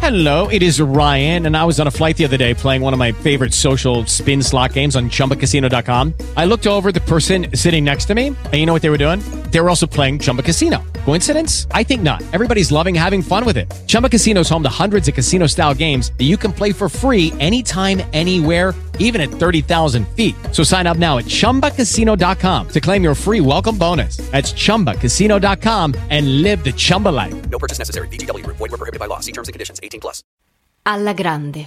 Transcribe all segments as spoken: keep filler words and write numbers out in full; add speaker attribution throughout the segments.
Speaker 1: Hello, it is Ryan, and I was on a flight the other day playing one of my favorite social spin slot games on Chumba Casino dot com. I looked over at the person sitting next to me, and you know what they were doing? They were also playing Chumba Casino. Coincidence? I think not. Everybody's loving having fun with it. Chumba Casino is home to hundreds of casino-style games that you can play for free anytime, anywhere, even at thirty thousand feet. So sign up now at Chumba Casino dot com to claim your free welcome bonus. That's Chumba Casino dot com and live the Chumba life.
Speaker 2: No purchase necessary. V G W. Void where prohibited by law. See terms and conditions. eighteen plus.
Speaker 3: Alla grande.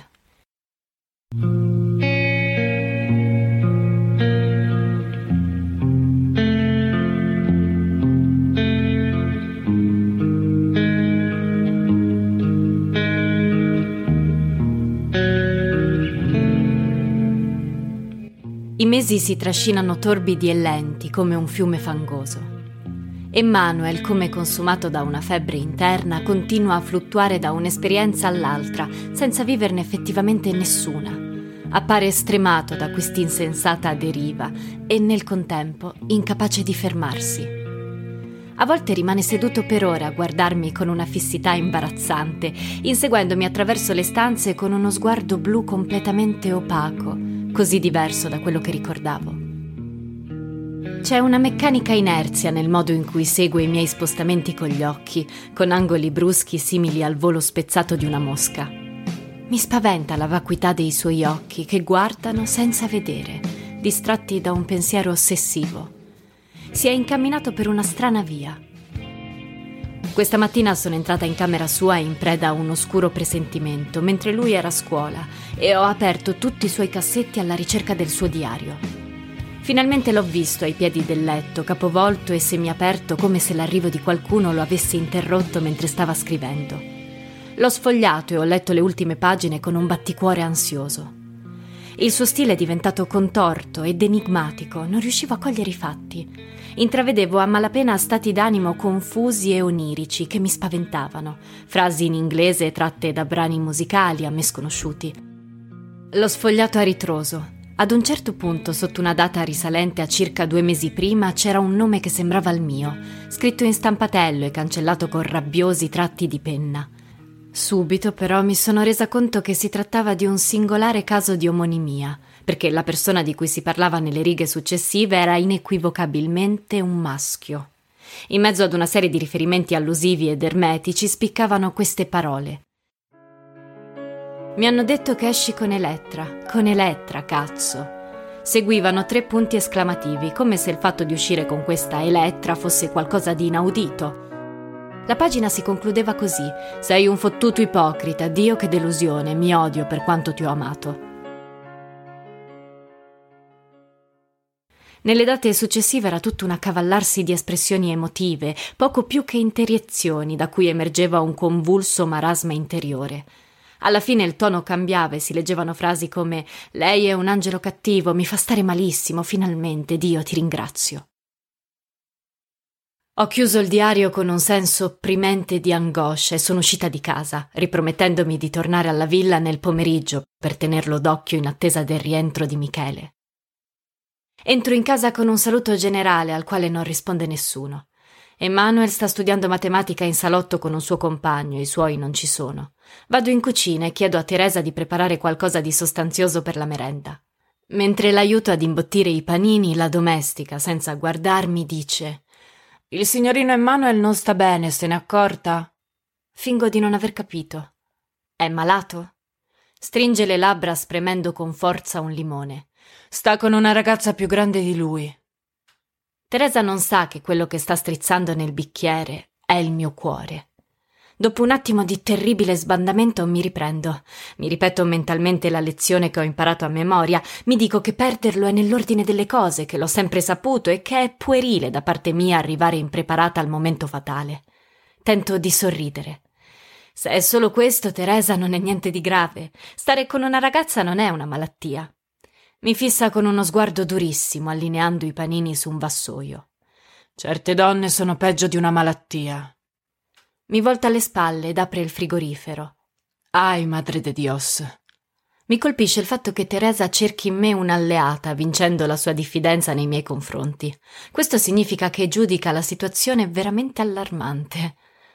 Speaker 3: I mesi si trascinano torbidi e lenti come un fiume fangoso. Emmanuel, come consumato da una febbre interna, continua a fluttuare da un'esperienza all'altra, senza viverne effettivamente nessuna. Appare stremato da quest'insensata deriva e, nel contempo, incapace di fermarsi. A volte rimane seduto per ore a guardarmi con una fissità imbarazzante, inseguendomi attraverso le stanze con uno sguardo blu completamente opaco, così diverso da quello che ricordavo. C'è una meccanica inerzia nel modo in cui segue i miei spostamenti con gli occhi, con angoli bruschi simili al volo spezzato di una mosca. Mi spaventa la vacuità dei suoi occhi che guardano senza vedere, distratti da un pensiero ossessivo. Si è incamminato per una strana via. Questa mattina sono entrata in camera sua in preda a un oscuro presentimento, mentre lui era a scuola, e ho aperto tutti i suoi cassetti alla ricerca del suo diario. Finalmente l'ho visto ai piedi del letto, capovolto e semiaperto, come se l'arrivo di qualcuno lo avesse interrotto mentre stava scrivendo. L'ho sfogliato e ho letto le ultime pagine con un batticuore ansioso. Il suo stile è diventato contorto ed enigmatico, non riuscivo a cogliere i fatti. Intravedevo a malapena stati d'animo confusi e onirici che mi spaventavano, frasi in inglese tratte da brani musicali a me sconosciuti. L'ho sfogliato a ritroso. Ad un certo punto, sotto una data risalente a circa due mesi prima, c'era un nome che sembrava il mio, scritto in stampatello e cancellato con rabbiosi tratti di penna. Subito, però, mi sono resa conto che si trattava di un singolare caso di omonimia, perché la persona di cui si parlava nelle righe successive era inequivocabilmente un maschio. In mezzo ad una serie di riferimenti allusivi ed ermetici spiccavano queste parole. Mi hanno detto che esci con Elettra, con Elettra, cazzo. Seguivano tre punti esclamativi, come se il fatto di uscire con questa Elettra fosse qualcosa di inaudito. La pagina si concludeva così: sei un fottuto ipocrita, Dio che delusione, mi odio per quanto ti ho amato. Nelle date successive era tutto un accavallarsi di espressioni emotive, poco più che interiezioni, da cui emergeva un convulso marasma interiore. Alla fine il tono cambiava e si leggevano frasi come «Lei è un angelo cattivo, mi fa stare malissimo, finalmente, Dio, ti ringrazio». Ho chiuso il diario con un senso opprimente di angoscia e sono uscita di casa, ripromettendomi di tornare alla villa nel pomeriggio per tenerlo d'occhio in attesa del rientro di Michele. Entro in casa con un saluto generale al quale non risponde nessuno. Emmanuel sta studiando matematica in salotto con un suo compagno, i suoi non ci sono. Vado in cucina e chiedo a Teresa di preparare qualcosa di sostanzioso per la merenda. Mentre l'aiuto ad imbottire i panini, la domestica, senza guardarmi, dice: «Il signorino Emmanuel non sta bene, se n'è accorta?» Fingo di non aver capito. «È malato?» Stringe le labbra spremendo con forza un limone. «Sta con una ragazza più grande di lui». Teresa non sa che quello che sta strizzando nel bicchiere è il mio cuore. Dopo un attimo di terribile sbandamento mi riprendo. Mi ripeto mentalmente la lezione che ho imparato a memoria. Mi dico che perderlo è nell'ordine delle cose, che l'ho sempre saputo e che è puerile da parte mia arrivare impreparata al momento fatale. Tento di sorridere. Se è solo questo, Teresa, non è niente di grave. Stare con una ragazza non è una malattia. Mi fissa con uno sguardo durissimo, allineando i panini su un vassoio. Certe donne sono peggio di una malattia. Mi volta le spalle ed apre il frigorifero. Ay, madre de Dios. Mi colpisce il fatto che Teresa cerchi in me un'alleata, vincendo la sua diffidenza nei miei confronti. Questo significa che giudica la situazione veramente allarmante.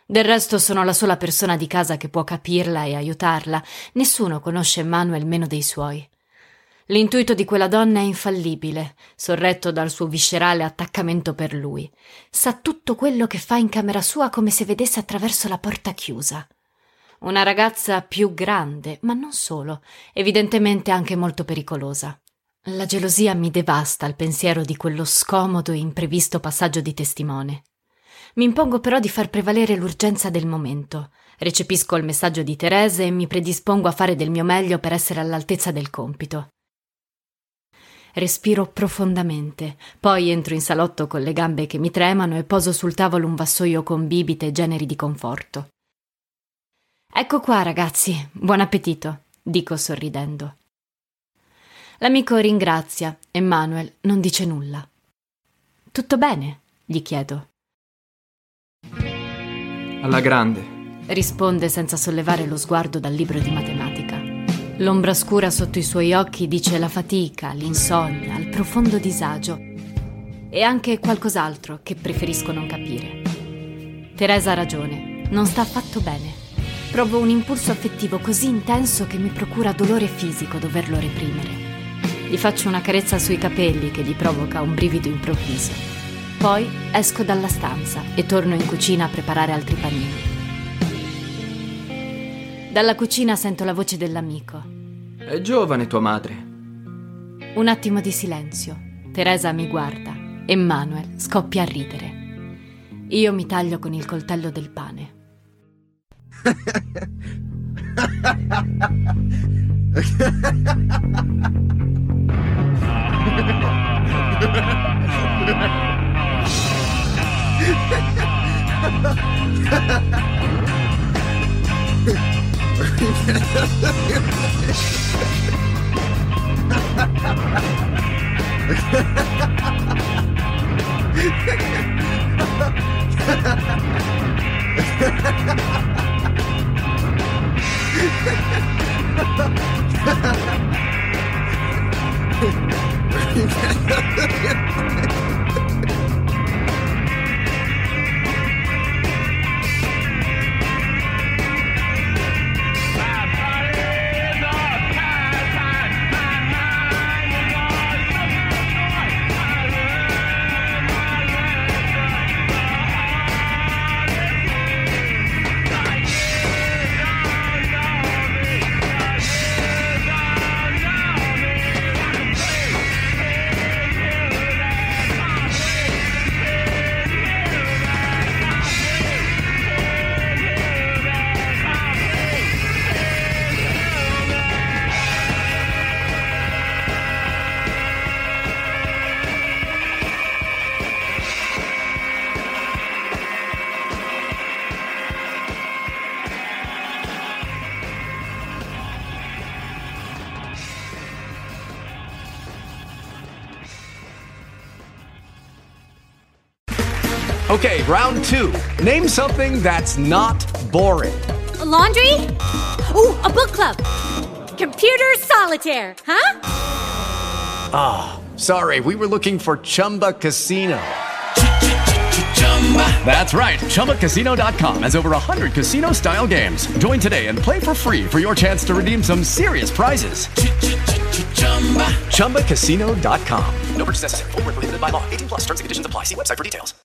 Speaker 3: Del resto sono la sola persona di casa che può capirla e aiutarla. Nessuno conosce Manuel meno dei suoi. L'intuito di quella donna è infallibile, sorretto dal suo viscerale attaccamento per lui. Sa tutto quello che fa in camera sua come se vedesse attraverso la porta chiusa. Una ragazza più grande, ma non solo, evidentemente anche molto pericolosa. La gelosia mi devasta al pensiero di quello scomodo e imprevisto passaggio di testimone. Mi impongo però di far prevalere l'urgenza del momento. Recepisco il messaggio di Teresa e mi predispongo a fare del mio meglio per essere all'altezza del compito. Respiro profondamente, poi entro in salotto con le gambe che mi tremano e poso sul tavolo un vassoio con bibite e generi di conforto. «Ecco qua, ragazzi, buon appetito», dico sorridendo. L'amico ringrazia e Manuel non dice nulla. «Tutto bene?» gli chiedo.
Speaker 4: Alla grande,
Speaker 3: risponde senza sollevare lo sguardo dal libro di matematica. L'ombra scura sotto i suoi occhi dice la fatica, l'insonnia, il profondo disagio e anche qualcos'altro che preferisco non capire. Teresa ha ragione, non sta affatto bene. Provo un impulso affettivo così intenso che mi procura dolore fisico doverlo reprimere. Gli faccio una carezza sui capelli che gli provoca un brivido improvviso. Poi esco dalla stanza e torno in cucina a preparare altri panini. Dalla cucina sento la voce dell'amico.
Speaker 4: È giovane tua madre.
Speaker 3: Un attimo di silenzio. Teresa mi guarda e Manuel scoppia a ridere. Io mi taglio con il coltello del pane.
Speaker 5: Okay, round two. Name something that's not boring.
Speaker 6: A laundry? Ooh, a book club. Computer solitaire, huh?
Speaker 5: Ah, oh, sorry, we were looking for Chumba Casino. That's right, Chumba Casino dot com has over one hundred casino-style games. Join today and play for free for your chance to redeem some serious prizes. Chumba Casino dot com.
Speaker 2: No purchase necessary. Void where prohibited by law. eighteen plus terms and conditions apply. See website for details.